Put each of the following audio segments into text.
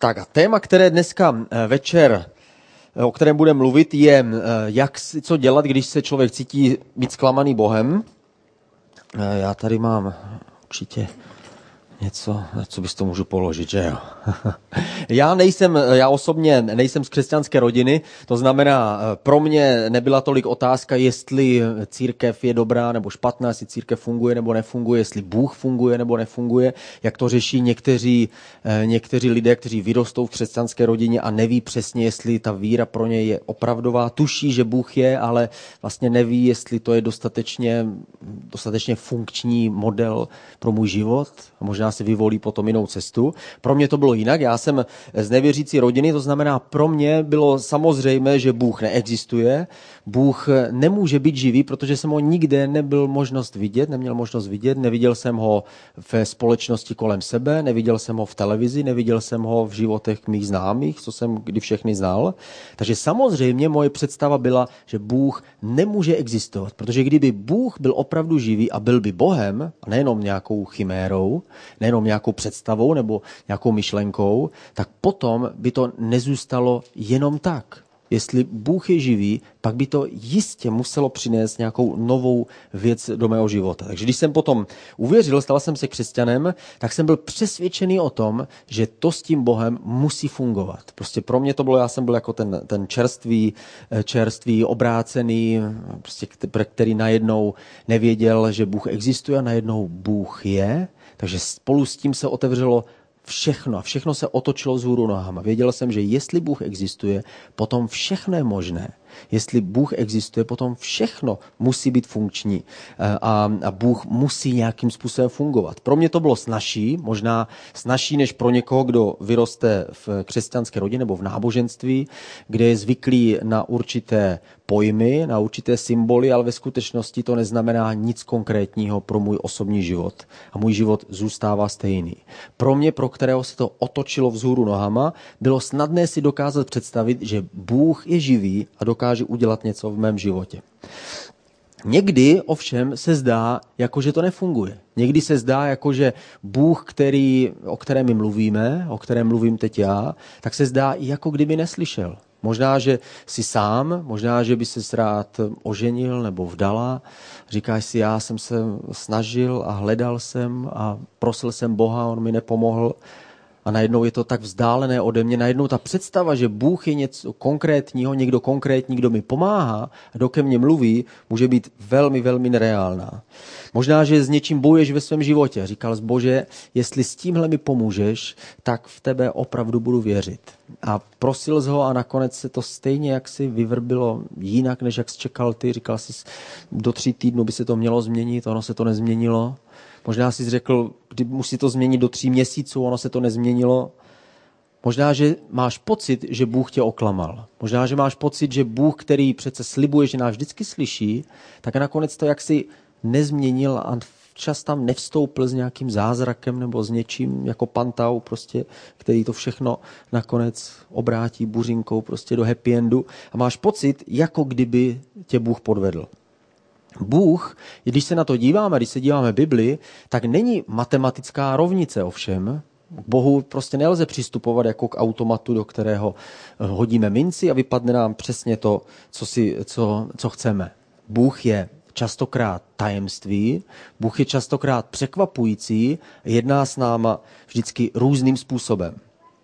Tak a téma, které dneska večer, o kterém budeme mluvit, je, co dělat, když se člověk cítí být zklamaný Bohem. Já tady mám určitě něco, co bys to můžu položit, že jo? Já osobně nejsem z křesťanské rodiny, to znamená, pro mě nebyla tolik otázka, jestli církev je dobrá nebo špatná, jestli církev funguje nebo nefunguje, jestli Bůh funguje nebo nefunguje, jak to řeší někteří lidé, kteří vyrostou v křesťanské rodině a neví přesně, jestli ta víra pro ně je opravdová. Tuší, že Bůh je, ale vlastně neví, jestli to je dostatečně funkční model pro můj život. A možná si vyvolí potom jinou cestu. Pro mě to bylo jinak. Já jsem z nevěřící rodiny, to znamená, pro mě bylo samozřejmé, že Bůh neexistuje. Bůh nemůže být živý, protože jsem ho nikde neměl možnost vidět, neviděl jsem ho ve společnosti kolem sebe, neviděl jsem ho v televizi, neviděl jsem ho v životech mých známých, co jsem kdy všechny znal. Takže samozřejmě moje představa byla, že Bůh nemůže existovat, protože kdyby Bůh byl opravdu živý a byl by Bohem, a nejenom nějakou chimérou, nejenom nějakou představou nebo nějakou myšlenkou, tak potom by to nezůstalo jenom tak. Jestli Bůh je živý, pak by to jistě muselo přinést nějakou novou věc do mého života. Takže když jsem potom uvěřil, stal jsem se křesťanem, tak jsem byl přesvědčený o tom, že to s tím Bohem musí fungovat. Prostě pro mě to bylo, já jsem byl jako ten čerstvý, obrácený, prostě, který najednou nevěděl, že Bůh existuje a najednou Bůh je. Takže spolu s tím se otevřelo všechno a všechno se otočilo vzhůru nohama. Věděl jsem, že jestli Bůh existuje, potom všechno je možné. Jestli Bůh existuje, potom všechno musí být funkční a Bůh musí nějakým způsobem fungovat. Pro mě to bylo snazší, možná snazší než pro někoho, kdo vyroste v křesťanské rodině nebo v náboženství, kde je zvyklý na určité pojmy, na určité symboly, ale ve skutečnosti to neznamená nic konkrétního pro můj osobní život. A můj život zůstává stejný. Pro mě, pro kterého se to otočilo vzhůru nohama, bylo snadné si dokázat představit, že Bůh je živý a dokáže udělat něco v mém životě. Někdy ovšem se zdá, jako že to nefunguje. Někdy se zdá, jako že Bůh, o kterém my mluvíme, o kterém mluvím teď já, tak se zdá, jako kdyby neslyšel. Možná, že jsi sám, možná, že by ses rád oženil nebo vdala. Říkáš si, já jsem se snažil a hledal jsem a prosil jsem Boha, on mi nepomohl. A najednou je to tak vzdálené ode mě, najednou ta představa, že Bůh je něco konkrétního, někdo konkrétní, kdo mi pomáhá a kdo ke mně mluví, může být velmi, velmi nereálná. Možná, že s něčím bojuješ ve svém životě. Říkal jsi, Bože, jestli s tímhle mi pomůžeš, tak v tebe opravdu budu věřit. A prosil jsi ho a nakonec se to stejně jak si vyvrbilo jinak, než jak jsi čekal ty. Říkal jsi, do 3 týdnů by se to mělo změnit, ono se to nezměnilo. Možná jsi řekl, kdy musí to změnit do 3 měsíců, ono se to nezměnilo. Možná, že máš pocit, že Bůh tě oklamal. Možná, že máš pocit, že Bůh, který přece slibuje, že nás vždycky slyší, tak nakonec to jaksi nezměnil a včas tam nevstoupil s nějakým zázrakem nebo s něčím jako Pantau, prostě, který to všechno nakonec obrátí buřinkou prostě do happy endu. A máš pocit, jako kdyby tě Bůh podvedl. Bůh, když se na to díváme, když se díváme Bibli, tak není matematická rovnice ovšem. K Bohu prostě nelze přistupovat jako k automatu, do kterého hodíme minci a vypadne nám přesně to, co chceme. Bůh je častokrát tajemství, Bůh je častokrát překvapující, jedná s náma vždycky různým způsobem.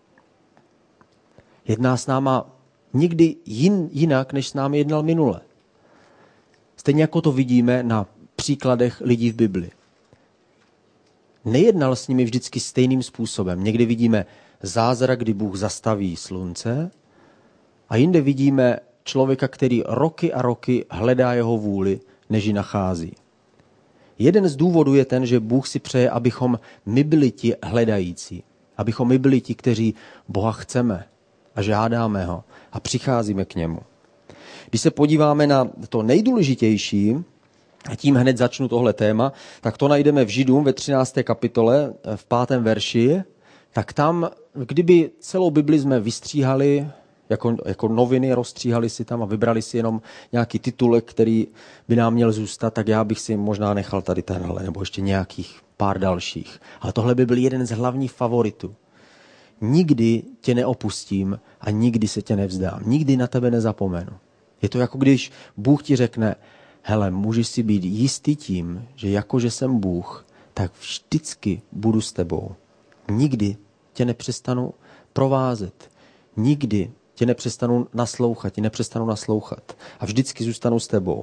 Jedná s náma nikdy jinak, než s námi jednal minule. Stejně jako to vidíme na příkladech lidí v Bibli. Nejednal s nimi vždycky stejným způsobem. Někdy vidíme zázrak, kdy Bůh zastaví slunce a jinde vidíme člověka, který roky a roky hledá jeho vůli, než ji nachází. Jeden z důvodů je ten, že Bůh si přeje, abychom my byli ti hledající. Abychom my byli ti, kteří Boha chceme a žádáme ho a přicházíme k němu. Když se podíváme na to nejdůležitější, a tím hned začnu tohle téma, tak to najdeme v Židům ve 13. kapitole v 5. verši, tak tam, kdyby celou Bibli jsme vystříhali, jako noviny, rozstříhali si tam a vybrali si jenom nějaký titulek, který by nám měl zůstat, tak já bych si možná nechal tady tenhle, nebo ještě nějakých pár dalších. Ale tohle by byl jeden z hlavních favoritů. nikdy tě neopustím a nikdy se tě nevzdám. Nikdy na tebe nezapomenu. Je to jako když Bůh ti řekne, hele, můžeš si být jistý tím, že jakože jsem Bůh, tak vždycky budu s tebou. Nikdy tě nepřestanu provázet. Nikdy tě nepřestanu naslouchat. A vždycky zůstanu s tebou.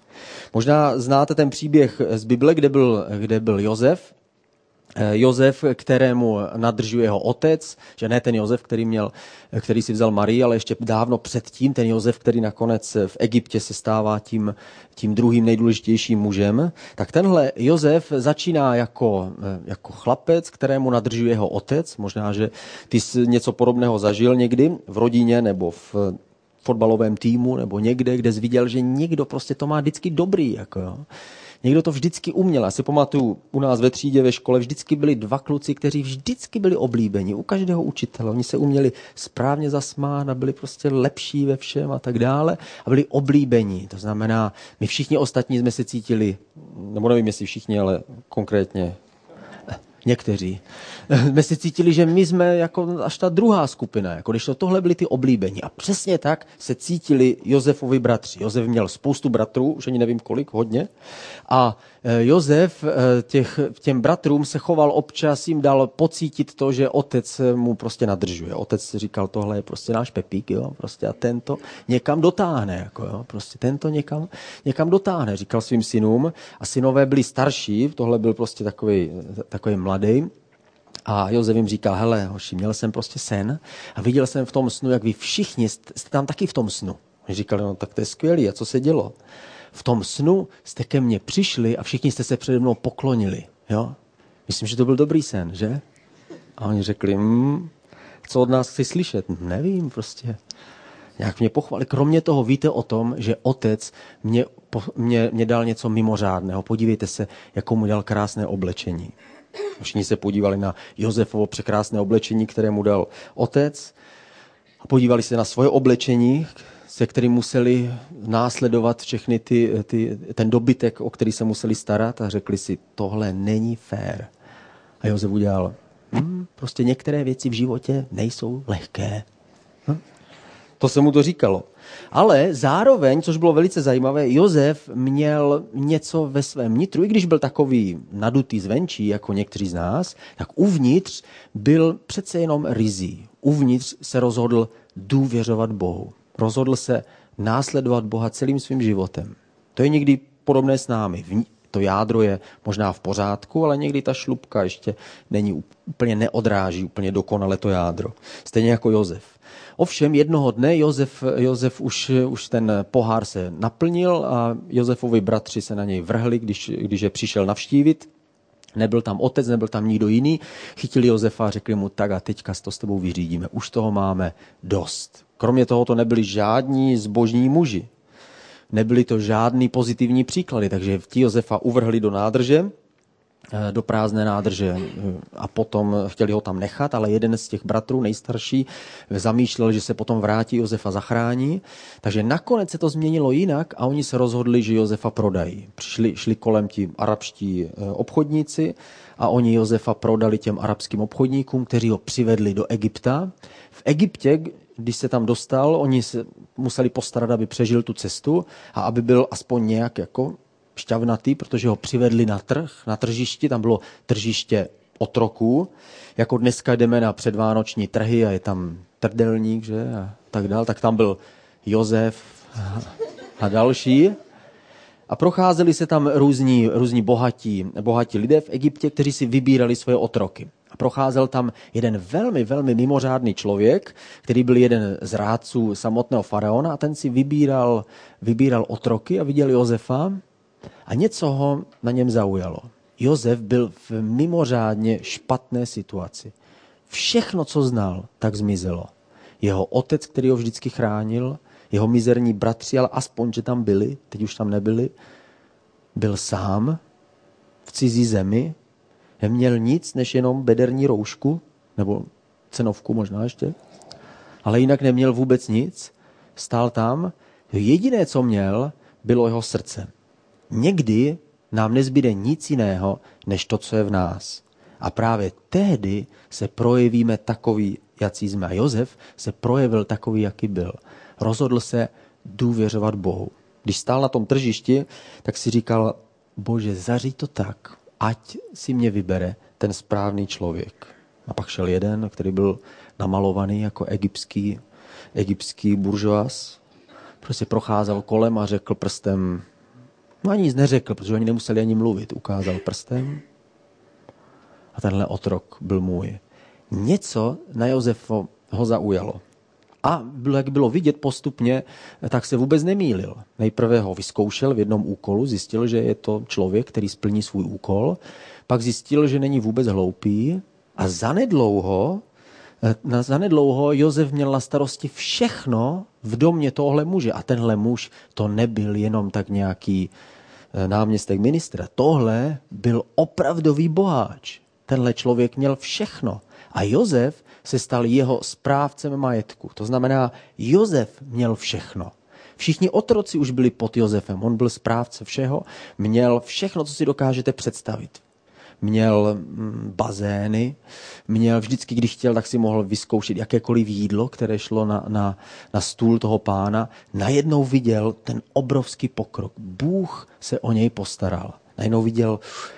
Možná znáte ten příběh z Bible, kde byl Josef. Josef, kterému nadržuje jeho otec, že ne ten Josef, který si vzal Marii, ale ještě dávno předtím ten Josef, který nakonec v Egyptě se stává tím druhým nejdůležitějším mužem, tak tenhle Josef začíná jako chlapec, kterému nadržuje jeho otec. Možná, že ty jsi něco podobného zažil někdy v rodině nebo v fotbalovém týmu nebo někde, kde jsi viděl, že někdo prostě to má vždycky dobrý. Někdo to vždycky uměl. Já si pamatuju, u nás ve třídě, ve škole vždycky byli dva kluci, kteří vždycky byli oblíbeni u každého učitele. Oni se uměli správně zasmát a byli prostě lepší ve všem a tak dále a byli oblíbeni. To znamená, my všichni ostatní jsme se cítili, nebo nevím, jestli všichni, ale konkrétně někteří, jsme si cítili, že my jsme jako až ta druhá skupina, jako když tohle byli ty oblíbení. A přesně tak se cítili Josefovi bratři. Josef měl spoustu bratrů, už ani nevím kolik, hodně. A Josef těm bratrům se choval občas, jim dal pocítit to, že otec mu prostě nadržuje. Otec říkal, tohle je prostě náš Pepík, jo, prostě a tento někam dotáhne, prostě tento někam dotáhne, říkal svým synům. A synové byli starší, tohle byl prostě takový mladý. A Josef jim říkal, hele, hoši, měl jsem prostě sen a viděl jsem v tom snu, jak vy všichni jste tam taky v tom snu. Oni říkali, no tak to je skvělý, a co se dělo? V tom snu jste ke mně přišli a všichni jste se přede mnou poklonili. Jo? Myslím, že to byl dobrý sen, že? A oni řekli, co od nás chci slyšet? Nevím, prostě. Nějak mě pochválili. Kromě toho víte o tom, že otec mě dal něco mimořádného. Podívejte se, jakou mu dal krásné oblečení. Všichni se podívali na Josefovo překrásné oblečení, které mu dal otec. A podívali se na svoje oblečení, se kterým museli následovat všechny ten dobytek, o který se museli starat, a řekli si, tohle není fér. A Josef udělal, prostě některé věci v životě nejsou lehké. To se mu to říkalo. Ale zároveň, což bylo velice zajímavé, Josef měl něco ve svém nitru, i když byl takový nadutý zvenčí, jako někteří z nás, tak uvnitř byl přece jenom ryzí. Uvnitř se rozhodl důvěřovat Bohu. Rozhodl se následovat Boha celým svým životem. To je někdy podobné s námi. To jádro je možná v pořádku, ale někdy ta šlupka ještě není úplně neodráží úplně dokonale to jádro. Stejně jako Josef. Ovšem jednoho dne Josef už ten pohár se naplnil a Josefovi bratři se na něj vrhli, když je přišel navštívit. Nebyl tam otec, nebyl tam nikdo jiný. Chytili Josefa a řekli mu, tak a teďka to s tebou vyřídíme. Už toho máme dost. Kromě toho to nebyli žádní zbožní muži. Nebyly to žádný pozitivní příklady, takže ti Josefa uvrhli do nádrže, do prázdné nádrže a potom chtěli ho tam nechat, ale jeden z těch bratrů, nejstarší, zamýšlel, že se potom vrátí, Josefa zachrání. Takže nakonec se to změnilo jinak a oni se rozhodli, že Josefa prodají. Šli kolem ti arabští obchodníci a oni Josefa prodali těm arabským obchodníkům, kteří ho přivedli do Egypta. V Egyptě, když se tam dostal, oni se museli postarat, aby přežil tu cestu a aby byl aspoň nějak jako šťavnatý, protože ho přivedli na tržišti, tam bylo tržiště otroků, jako dneska jdeme na předvánoční trhy a je tam trdelník, že, a tak dál, tak tam byl Josef a další. A procházeli se tam různí bohatí lidé v Egyptě, kteří si vybírali svoje otroky. A procházel tam jeden velmi, velmi mimořádný člověk, který byl jeden z rádců samotného faraona a ten si vybíral otroky a viděl Josefa a něco ho na něm zaujalo. Josef byl v mimořádně špatné situaci. Všechno, co znal, tak zmizelo. Jeho otec, který ho vždycky chránil, jeho mizerní bratři, ale aspoň, že tam byli, teď už tam nebyli, byl sám v cizí zemi, neměl nic, než jenom bederní roušku, nebo cenovku možná ještě, ale jinak neměl vůbec nic, stál tam, jediné, co měl, bylo jeho srdce. Někdy nám nezbyde nic jiného, než to, co je v nás. A právě tehdy se projevíme takový, jaký jsme. A Josef se projevil takový, jaký byl. Rozhodl se důvěřovat Bohu. Když stál na tom tržišti, tak si říkal, Bože, zařiď to tak, ať si mě vybere ten správný člověk. A pak šel jeden, který byl namalovaný jako egyptský buržoas. Prostě procházel kolem a řekl prstem, no ani nic neřekl, protože oni nemuseli ani mluvit. Ukázal prstem a tenhle otrok byl můj. Něco na Josefa ho zaujalo. A jak bylo vidět postupně, tak se vůbec nemýlil. Nejprve ho vyzkoušel v jednom úkolu, zjistil, že je to člověk, který splní svůj úkol, pak zjistil, že není vůbec hloupý a zanedlouho Josef měl na starosti všechno v domě tohle muže. A tenhle muž to nebyl jenom tak nějaký náměstek ministra. Tohle byl opravdový boháč. Tenhle člověk měl všechno. A Josef se stal jeho správcem majetku. To znamená, Josef měl všechno. Všichni otroci už byli pod Josefem. On byl správce všeho. Měl všechno, co si dokážete představit. Měl bazény, měl vždycky, když chtěl, tak si mohl vyzkoušet jakékoliv jídlo, které šlo na stůl toho pána. Najednou viděl ten obrovský pokrok. Bůh se o něj postaral. Najednou viděl,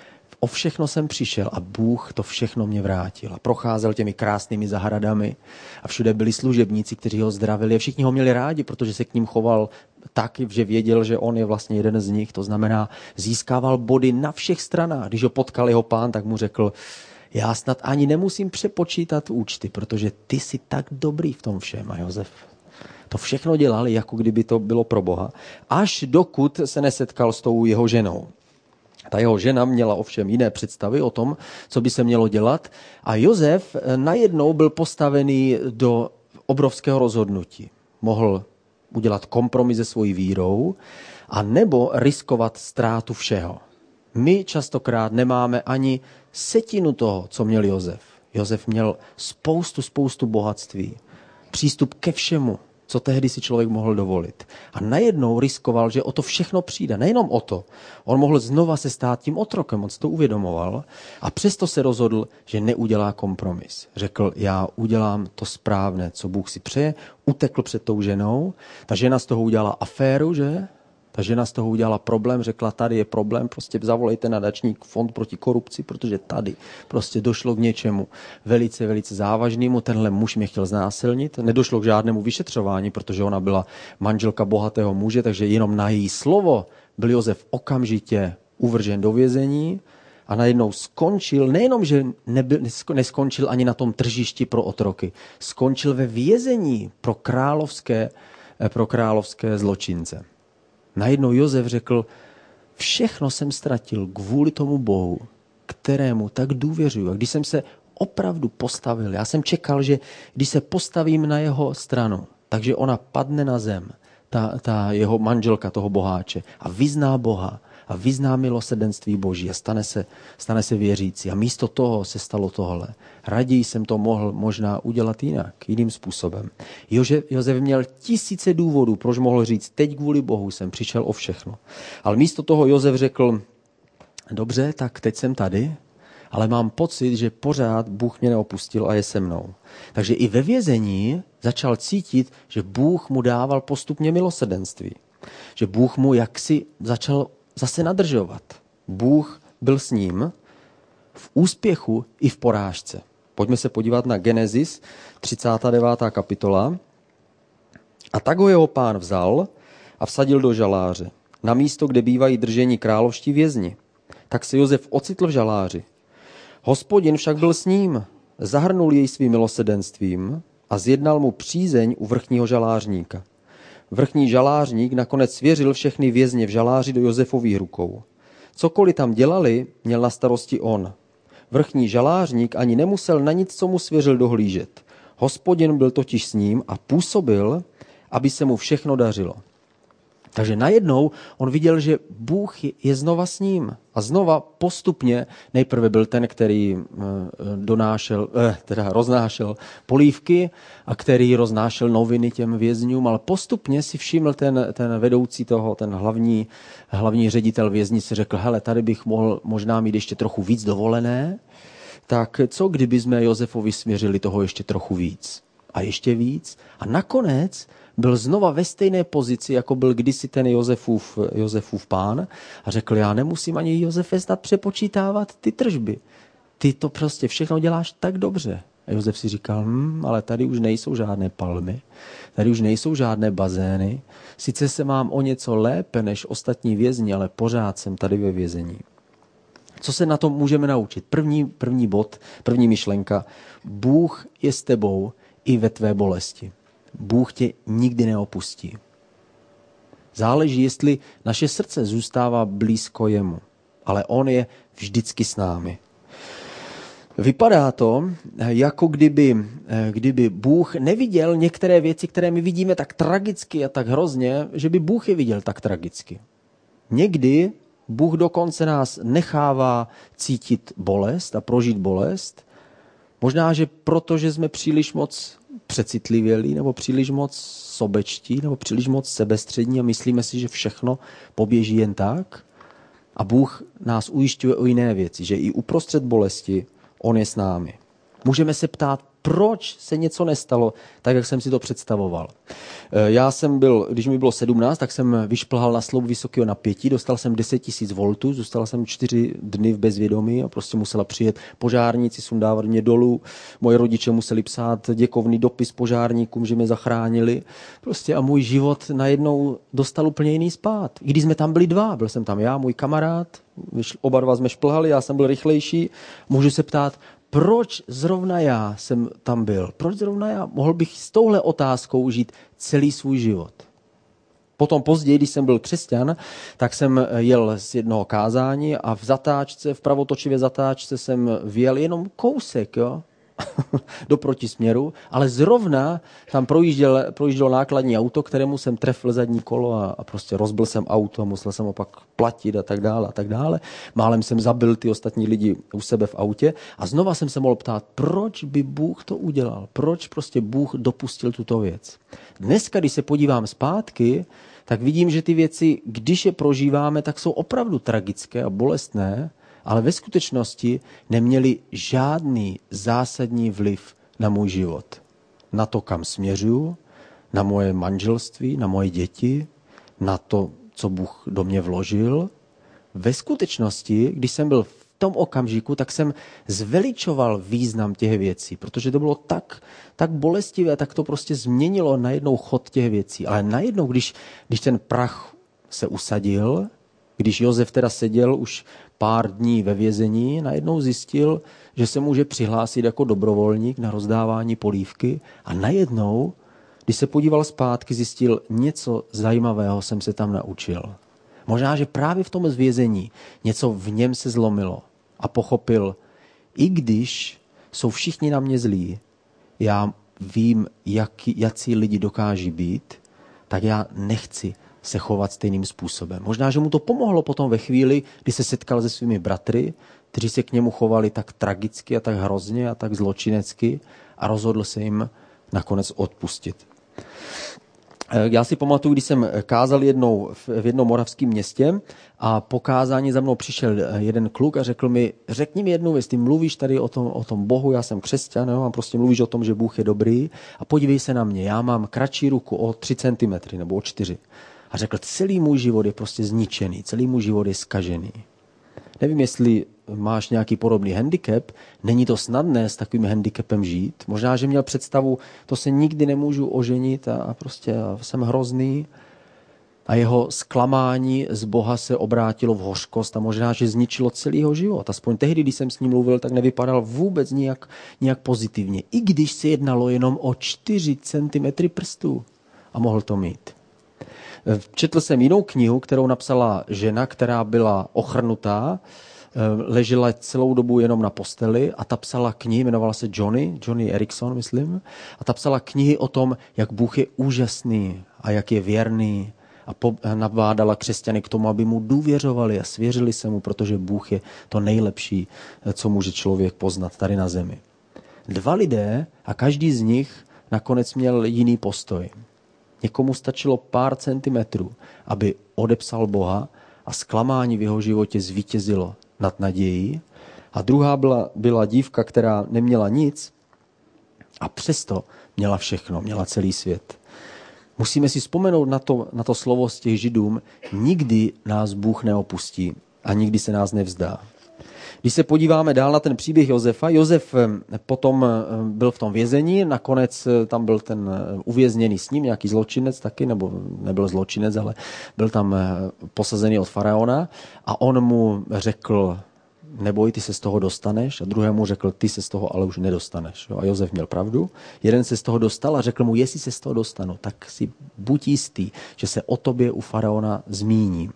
o všechno jsem přišel a Bůh to všechno mě vrátil. A procházel těmi krásnými zahradami a všude byli služebníci, kteří ho zdravili a všichni ho měli rádi, protože se k ním choval tak, že věděl, že on je vlastně jeden z nich. To znamená, získával body na všech stranách. Když ho potkal jeho pán, tak mu řekl, já snad ani nemusím přepočítat účty, protože ty jsi tak dobrý v tom všem. A Josef to všechno dělal, jako kdyby to bylo pro Boha, až dokud se nesetkal s tou jeho ženou. Ta jeho žena měla ovšem jiné představy o tom, co by se mělo dělat. A Josef najednou byl postavený do obrovského rozhodnutí. Mohl udělat kompromis se svojí vírou a nebo riskovat ztrátu všeho. My častokrát nemáme ani setinu toho, co měl Josef. Josef měl spoustu bohatství, přístup ke všemu, co tehdy si člověk mohl dovolit. A najednou riskoval, že o to všechno přijde. Nejenom o to. On mohl znova se stát tím otrokem, on si to uvědomoval a přesto se rozhodl, že neudělá kompromis. Řekl, já udělám to správné, co Bůh si přeje, utekl před tou ženou. Ta žena z toho udělala aféru, že? Ta žena z toho udělala problém, řekla, tady je problém, prostě zavolejte nadační fond proti korupci, protože tady prostě došlo k něčemu velice závažnému. Tenhle muž mě chtěl znásilnit. Nedošlo k žádnému vyšetřování, protože ona byla manželka bohatého muže, takže jenom na její slovo byl Josef okamžitě uvržen do vězení a najednou skončil, nejenom, že neskončil ani na tom tržišti pro otroky, skončil ve vězení pro královské zločince. Najednou Josef řekl, všechno jsem ztratil kvůli tomu Bohu, kterému tak důvěřuji. A když jsem se opravdu postavil, já jsem čekal, že když se postavím na jeho stranu, takže ona padne na zem, ta jeho manželka toho boháče a vyzná Boha a vyzná milosrdenství Boží a stane se věřící. A místo toho se stalo tohle. Raději jsem to mohl možná udělat jinak, jiným způsobem. Josef měl tisíce důvodů, proč mohl říct, teď kvůli Bohu jsem přišel o všechno. Ale místo toho Josef řekl, dobře, tak teď jsem tady, ale mám pocit, že pořád Bůh mě neopustil a je se mnou. Takže i ve vězení začal cítit, že Bůh mu dával postupně milosrdenství. Že Bůh mu jaksi začal zase nadržovat. Bůh byl s ním v úspěchu i v porážce. Pojďme se podívat na Genesis, 39. kapitola. A tak ho jeho pán vzal a vsadil do žaláře, na místo, kde bývají drženi královští vězni. Tak se Josef ocitl v žaláři. Hospodin však byl s ním, zahrnul jej svým milosrdenstvím a zjednal mu přízeň u vrchního žalářníka. Vrchní žalářník nakonec svěřil všechny vězně v žaláři do Josefových rukou. Cokoliv tam dělali, měl na starosti on. Vrchní žalářník ani nemusel na nic, co mu svěřil, dohlížet. Hospodin byl totiž s ním a působil, aby se mu všechno dařilo. Takže najednou on viděl, že Bůh je znova s ním. A znova postupně, nejprve byl ten, který roznášel polívky a který roznášel noviny těm vězňům, ale postupně si všiml ten vedoucí toho, ten hlavní ředitel věznice, řekl, hele, tady bych mohl možná mít ještě trochu víc dovolené, tak co kdyby jsme Josefovi směřili toho ještě trochu víc a ještě víc a nakonec byl znova ve stejné pozici, jako byl kdysi ten Josefův pán a řekl, já nemusím ani Josefe snad přepočítávat ty tržby. Ty to prostě všechno děláš tak dobře. A Josef si říkal, ale tady už nejsou žádné palmy, tady už nejsou žádné bazény, sice se mám o něco lépe než ostatní vězni, ale pořád jsem tady ve vězení. Co se na tom můžeme naučit? První bod, první myšlenka. Bůh je s tebou i ve tvé bolesti. Bůh tě nikdy neopustí. Záleží, jestli naše srdce zůstává blízko jemu, ale on je vždycky s námi. Vypadá to, jako kdyby Bůh neviděl některé věci, které my vidíme tak tragicky a tak hrozně, že by Bůh je viděl tak tragicky. Někdy Bůh dokonce nás nechává cítit bolest a prožít bolest. Možná, že protože jsme příliš moc přecitlivělí, nebo příliš moc sobečtí, nebo příliš moc sebestřední a myslíme si, že všechno poběží jen tak. A Bůh nás ujišťuje o jiné věci, že i uprostřed bolesti on je s námi. Můžeme se ptát, proč se něco nestalo, tak jak jsem si to představoval. Já jsem byl, když mi bylo 17, tak jsem vyšplhal na sloup vysokého napětí, dostal jsem 10 000 voltů, zůstal jsem 4 dny v bezvědomí a prostě musela přijet požárníci, sundávat mě dolů. Moje rodiče museli psát děkovný dopis požárníkům, že mě zachránili. Prostě a můj život najednou dostal úplně jiný spád. I když jsme tam byli dva, byl jsem tam já, můj kamarád, oba dva jsme šplhali, já jsem byl rychlejší. Můžu se ptát, proč zrovna já jsem tam byl? Proč zrovna já? Mohl bych s touhle otázkou žít celý svůj život. Potom později, když jsem byl křesťan, tak jsem jel z jednoho kázání a v pravotočivě zatáčce jsem vyjel jenom kousek, jo? Do protisměru, ale zrovna tam projíždělo nákladní auto, kterému jsem trefil zadní kolo a prostě rozbil jsem auto a musel jsem ho pak platit a tak dále a tak dále. Málem jsem zabil ty ostatní lidi u sebe v autě a znova jsem se mohl ptát, proč by Bůh to udělal? Proč prostě Bůh dopustil tuto věc? Dneska, když se podívám zpátky, tak vidím, že ty věci, když je prožíváme, tak jsou opravdu tragické a bolestné, ale ve skutečnosti neměli žádný zásadní vliv na můj život. Na to, kam směřuju, na moje manželství, na moje děti, na to, co Bůh do mě vložil. Ve skutečnosti, když jsem byl v tom okamžiku, tak jsem zveličoval význam těch věcí, protože to bylo tak bolestivé, tak to prostě změnilo najednou chod těch věcí. Ale najednou, když ten prach se usadil, když Josef teda seděl už pár dní ve vězení, najednou zjistil, že se může přihlásit jako dobrovolník na rozdávání polívky a najednou, když se podíval zpátky, zjistil, něco zajímavého jsem se tam naučil. Možná, že právě v tom vězení něco v něm se zlomilo a pochopil, i když jsou všichni na mě zlí, já vím, jací lidi dokáží být, tak já nechci se chovat stejným způsobem. Možná, že mu to pomohlo potom ve chvíli, kdy se setkal se svými bratry, kteří se k němu chovali tak tragicky a tak hrozně a tak zločinecky a rozhodl se jim nakonec odpustit. Já si pamatuju, když jsem kázal v jednom moravském městě a po kázání za mnou přišel jeden kluk a řekl mi, řekni mi jednu věc, ty mluvíš tady o tom Bohu, já jsem křesťan, a prostě mluvíš o tom, že Bůh je dobrý a podívej se na mě, já mám kratší ruku o 3 cm nebo o 4. A řekl, celý můj život je prostě zničený, celý můj život je zkažený. Nevím, jestli máš nějaký podobný handicap, není to snadné s takovým handicapem žít. Možná, že měl představu, to se nikdy nemůžu oženit a prostě jsem hrozný. A jeho zklamání z Boha se obrátilo v hořkost a možná, že zničilo celý jeho život. Aspoň tehdy, když jsem s ním mluvil, tak nevypadal vůbec nijak pozitivně. I když se jednalo jenom o 4 cm prstů a mohl to mít. Četl jsem jinou knihu, kterou napsala žena, která byla ochrnutá, ležela celou dobu jenom na posteli a ta psala knihy, jmenovala se Johnny Erickson, myslím, a ta psala knihy o tom, jak Bůh je úžasný a jak je věrný a nabádala křesťany k tomu, aby mu důvěřovali a svěřili se mu, protože Bůh je to nejlepší, co může člověk poznat tady na zemi. 2 lidé a každý z nich nakonec měl jiný postoj. Někomu stačilo pár centimetrů, aby odepsal Boha a zklamání v jeho životě zvítězilo nad nadějí. A druhá byla dívka, která neměla nic a přesto měla všechno, měla celý svět. Musíme si vzpomenout na to slovo z těch Židům, nikdy nás Bůh neopustí a nikdy se nás nevzdá. Když se podíváme dál na ten příběh Josefa, Josef potom byl v tom vězení, nakonec tam byl ten uvězněný s ním, nějaký zločinec taky, nebo nebyl zločinec, ale byl tam posazený od faraona a on mu řekl, neboj, ty se z toho dostaneš, a druhému řekl, ty se z toho ale už nedostaneš. A Josef měl pravdu. Jeden se z toho dostal a řekl mu, jestli se z toho dostanu, tak si buď jistý, že se o tobě u faraona zmíním.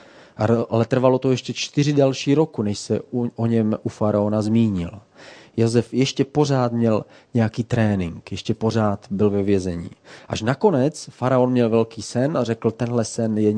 Ale trvalo to ještě 4 další roku, než se o něm u faraona zmínil. Josef ještě pořád měl nějaký trénink, ještě pořád byl ve vězení. Až nakonec faraon měl velký sen a řekl, tenhle sen je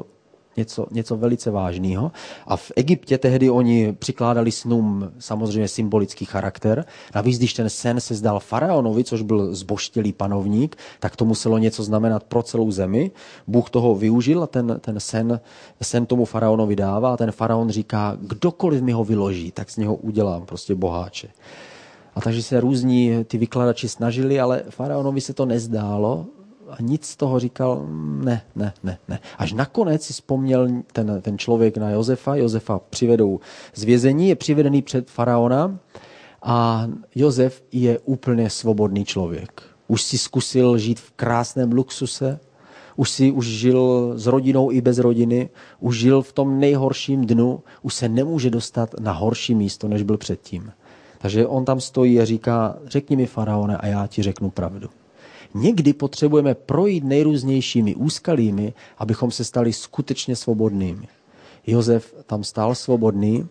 něco velice vážného. A v Egyptě tehdy oni přikládali snům samozřejmě symbolický charakter. Navíc, když ten sen se zdal faraonovi, což byl zboštělý panovník, tak to muselo něco znamenat pro celou zemi. Bůh toho využil a ten sen tomu faraonovi dává a ten faraon říká, kdokoliv mi ho vyloží, tak z něho udělám prostě boháče. A takže se různí ty vykladači snažili, ale faraonovi se to nezdálo, a nic z toho říkal, ne. Až nakonec si vzpomněl ten člověk na Josefa. Josefa přivedou z vězení, je přivedený před faraona a Josef je úplně svobodný člověk. Už si zkusil žít v krásném luxuse, už žil s rodinou i bez rodiny, už žil v tom nejhorším dnu, už se nemůže dostat na horší místo, než byl předtím. Takže on tam stojí a říká, řekni mi, faraone, a já ti řeknu pravdu. Někdy potřebujeme projít nejrůznějšími úskalími, abychom se stali skutečně svobodnými. Josef tam stál svobodný,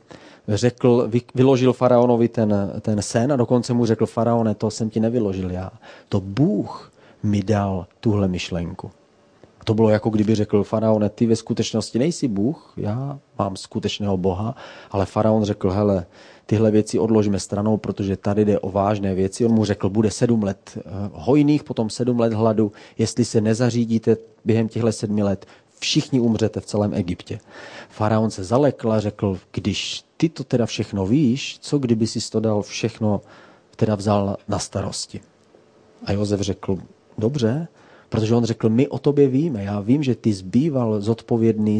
vyložil faraonovi ten sen a dokonce mu řekl, faraone, to jsem ti nevyložil já. To Bůh mi dal tuhle myšlenku. To bylo jako kdyby řekl, faraone, ty ve skutečnosti nejsi Bůh, já mám skutečného Boha, ale faraon řekl, hele, tyhle věci odložíme stranou, protože tady jde o vážné věci. On mu řekl, bude 7 let hojných, potom 7 let hladu. Jestli se nezařídíte během těchto 7 let, všichni umřete v celém Egyptě. Faraon se zalekl a řekl, když ty to teda všechno víš, co kdyby si to dal všechno teda vzal na starosti. A Josef řekl, dobře, protože on řekl, my o tobě víme. Já vím, že ty zbýval zodpovědný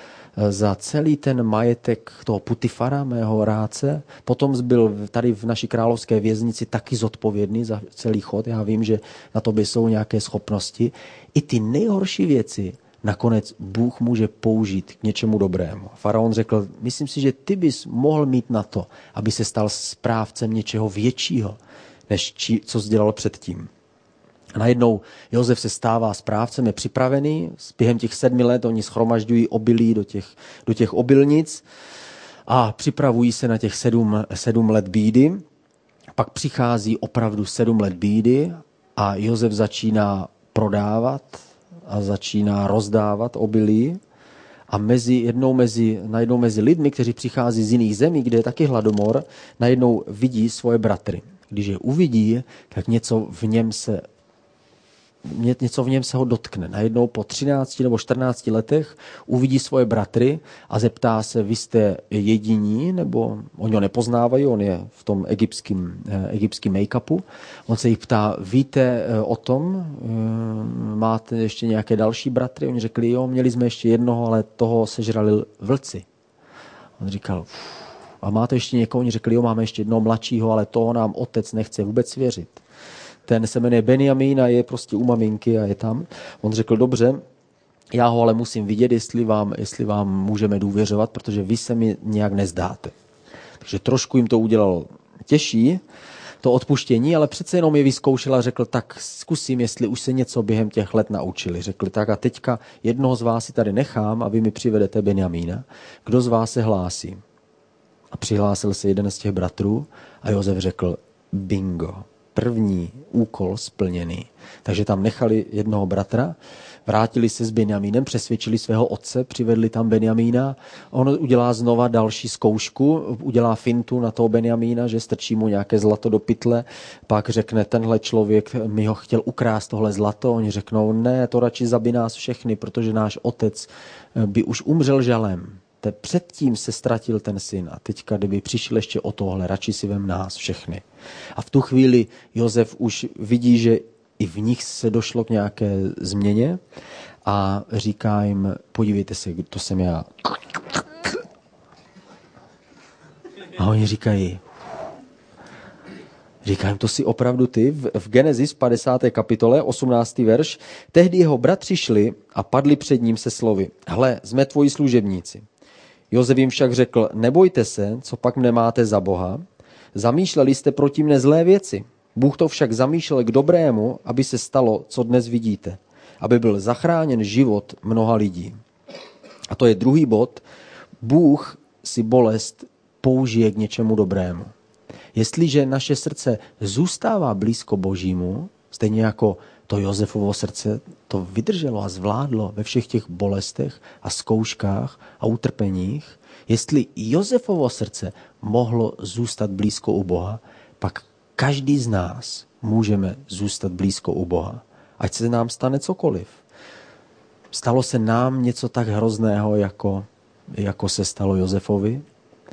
za celý ten majetek toho Putifara, mého rádce. Potom byl tady v naší královské věznici taky zodpovědný za celý chod. Já vím, že na tobě jsou nějaké schopnosti. I ty nejhorší věci nakonec Bůh může použít k něčemu dobrému. Faraon řekl, myslím si, že ty bys mohl mít na to, aby se stal správcem něčeho většího, než co jsi dělal předtím. A najednou Josef se stává správcem, je připravený. Během těch 7 let oni shromažďují obilí do těch obilnic a připravují se na těch 7 let bídy. Pak přichází opravdu 7 let bídy a Josef začíná prodávat a začíná rozdávat obilí. A najednou mezi lidmi, kteří přichází z jiných zemí, kde je taky hladomor, najednou vidí svoje bratry. Když je uvidí, tak něco v něm se ho dotkne. Najednou po 13 nebo 14 letech uvidí svoje bratry a zeptá se, vy jste jediní, nebo oni ho nepoznávají, on je v tom egyptském make-upu. On se jich ptá, víte o tom, máte ještě nějaké další bratry? Oni řekli, jo, měli jsme ještě jednoho, ale toho sežrali vlci. On říkal, a máte ještě někoho? Oni řekli, jo, máme ještě jednoho mladšího, ale toho nám otec nechce vůbec svěřit. Ten se jmenuje Benjamín a je prostě u maminky a je tam. On řekl, dobře, já ho ale musím vidět, jestli vám můžeme důvěřovat, protože vy se mi nějak nezdáte. Takže trošku jim to udělal těžší, to odpuštění, ale přece jenom je vyzkoušel a řekl, tak zkusím, jestli už se něco během těch let naučili. Řekli, tak a teďka jednoho z vás si tady nechám a vy mi přivedete Benjamína. Kdo z vás se hlásí? A přihlásil se jeden z těch bratrů a Josef řekl, bingo. První úkol splněný. Takže tam nechali jednoho bratra, vrátili se s Benjamínem, přesvědčili svého otce, přivedli tam Benjamína. On udělá znova další zkoušku, udělá fintu na toho Benjamína, že strčí mu nějaké zlato do pytle, pak řekne, tenhle člověk mi ho chtěl ukrást tohle zlato. Oni řeknou, ne, to radši zabij nás všechny, protože náš otec by už umřel žalem. Předtím se ztratil ten syn a teďka, kdyby přišel ještě o tohle, radši si vem nás všechny. A v tu chvíli Josef už vidí, že i v nich se došlo k nějaké změně a říká jim, podívejte se, to jsem já. A oni říkají, to si opravdu ty. V Genesis 50. kapitole, 18. verš, tehdy jeho bratři šli a padli před ním se slovy. Hle, jsme tvoji služebníci. Josef jim však řekl, nebojte se, co pak mne máte za Boha. Zamýšleli jste proti mne zlé věci. Bůh to však zamýšlel k dobrému, aby se stalo, co dnes vidíte. Aby byl zachráněn život mnoha lidí. A to je druhý bod. Bůh si bolest použije k něčemu dobrému. Jestliže naše srdce zůstává blízko Božímu, stejně jako to Josefovo srdce to vydrželo a zvládlo ve všech těch bolestech a zkouškách a utrpeních, jestli Josefovo srdce mohlo zůstat blízko u Boha, pak každý z nás můžeme zůstat blízko u Boha. Ať se nám stane cokoliv. Stalo se nám něco tak hrozného, jako se stalo Josefovi?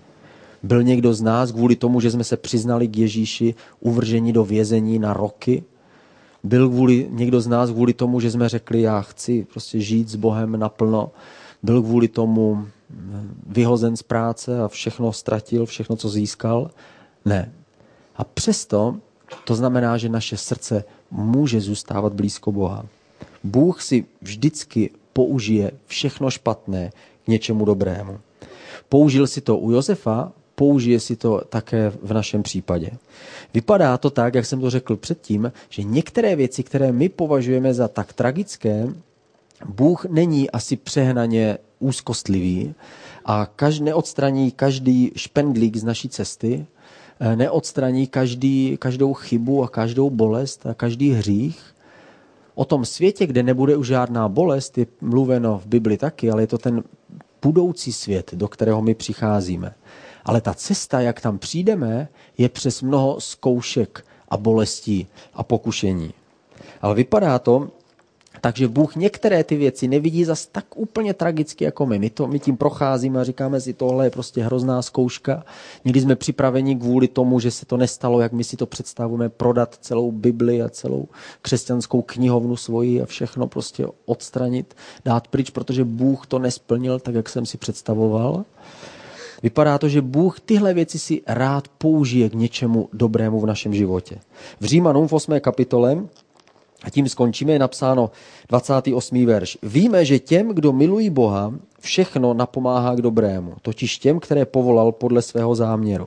Byl někdo z nás kvůli tomu, že jsme se přiznali k Ježíši, uvrženi do vězení na roky? Byl někdo z nás kvůli tomu, že jsme řekli, já chci prostě žít s Bohem naplno? Byl kvůli tomu vyhozen z práce a všechno ztratil, všechno, co získal? Ne. A přesto to znamená, že naše srdce může zůstávat blízko Boha. Bůh si vždycky použije všechno špatné k něčemu dobrému. Použil si to u Josefa, použije si to také v našem případě. Vypadá to tak, jak jsem to řekl předtím, že některé věci, které my považujeme za tak tragické, Bůh není asi přehnaně úzkostlivý a neodstraní každý špendlík z naší cesty, neodstraní každou chybu a každou bolest a každý hřích. O tom světě, kde nebude už žádná bolest, je mluveno v Bibli taky, ale je to ten budoucí svět, do kterého my přicházíme. Ale ta cesta, jak tam přijdeme, je přes mnoho zkoušek a bolestí a pokušení. Ale vypadá to, takže Bůh některé ty věci nevidí zas tak úplně tragicky jako my. My tím procházíme a říkáme si, tohle je prostě hrozná zkouška. Někdy jsme připraveni kvůli tomu, že se to nestalo, jak my si to představujeme, prodat celou Bibli a celou křesťanskou knihovnu svoji a všechno prostě odstranit, dát pryč, protože Bůh to nesplnil tak, jak jsem si představoval. Vypadá to, že Bůh tyhle věci si rád použije k něčemu dobrému v našem životě. V Římanům v 8. kapitole, a tím skončíme, je napsáno 28. verš. Víme, že těm, kdo milují Boha, všechno napomáhá k dobrému, totiž těm, které povolal podle svého záměru.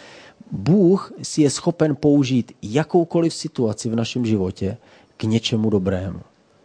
Bůh si je schopen použít jakoukoliv situaci v našem životě k něčemu dobrému.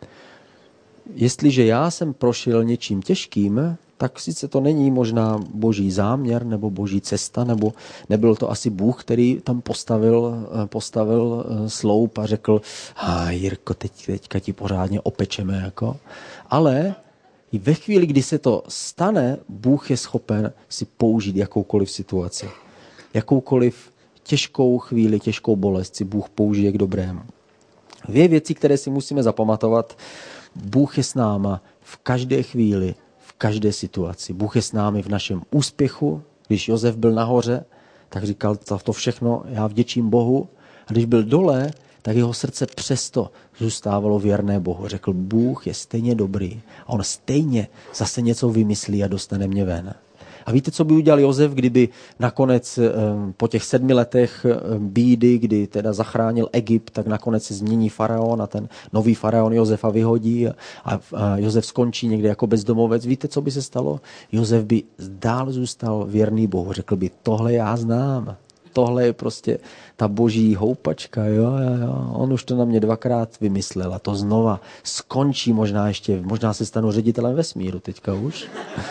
Jestliže já jsem prošel něčím těžkým, tak sice to není možná boží záměr nebo boží cesta, nebo nebyl to asi Bůh, který tam postavil sloup a řekl, Jirko, teďka ti pořádně opečeme. Jako. Ale i ve chvíli, kdy se to stane, Bůh je schopen si použít jakoukoliv situaci. Jakoukoliv těžkou chvíli, těžkou bolest si Bůh použije k dobrému. Dvě věci, které si musíme zapamatovat. Bůh je s náma v každé chvíli, v každé situaci. Bůh je s námi v našem úspěchu. Když Josef byl nahoře, tak říkal, to všechno já vděčím Bohu. A když byl dole, tak jeho srdce přesto zůstávalo věrné Bohu. Řekl, Bůh je stejně dobrý a on stejně zase něco vymyslí a dostane mě ven. A víte, co by udělal Josef, kdyby nakonec po těch 7 letech bídy, kdy teda zachránil Egypt, tak nakonec se změní faraon a ten nový faraon Josefa vyhodí a Josef skončí někde jako bezdomovec. Víte, co by se stalo? Josef by dál zůstal věrný Bohu. Řekl by, tohle já znám. Tohle je prostě ta boží houpačka. Jo. On už to na mě 2krát vymyslel a to znova skončí možná se stanu ředitelem vesmíru teďka už.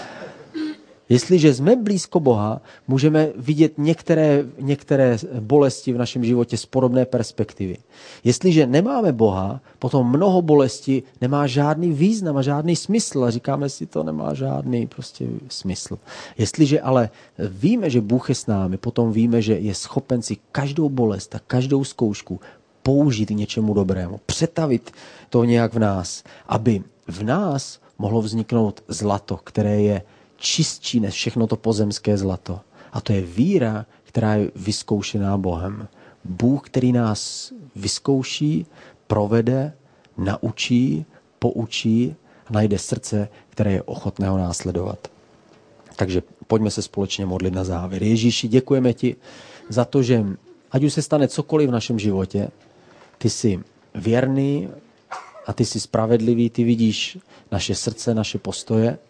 Jestliže jsme blízko Boha, můžeme vidět některé bolesti v našem životě z podobné perspektivy. Jestliže nemáme Boha, potom mnoho bolesti nemá žádný význam a žádný smysl a říkáme si, to nemá žádný prostě smysl. Jestliže ale víme, že Bůh je s námi, potom víme, že je schopen si každou bolest a každou zkoušku použít k něčemu dobrému, přetavit to nějak v nás, aby v nás mohlo vzniknout zlato, které je čistší než všechno to pozemské zlato. A to je víra, která je vyzkoušená Bohem. Bůh, který nás vyzkouší, provede, naučí, poučí a najde srdce, které je ochotné ho následovat. Takže pojďme se společně modlit na závěr. Ježíši, děkujeme ti za to, že ať už se stane cokoliv v našem životě, ty jsi věrný a ty jsi spravedlivý, ty vidíš naše srdce, naše postoje.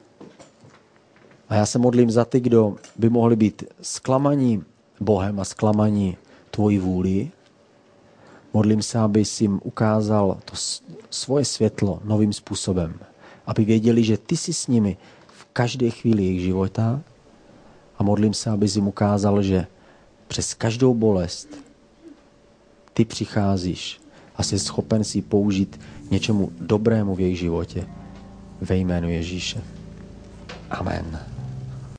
A já se modlím za ty, kdo by mohli být zklamaní Bohem a zklamaní tvojí vůli. Modlím se, aby jsi jim ukázal to svoje světlo novým způsobem. Aby věděli, že ty jsi s nimi v každé chvíli jejich života. A modlím se, aby jsi jim ukázal, že přes každou bolest ty přicházíš a jsi schopen si použít něčemu dobrému v jejich životě. Ve jménu Ježíše. Amen.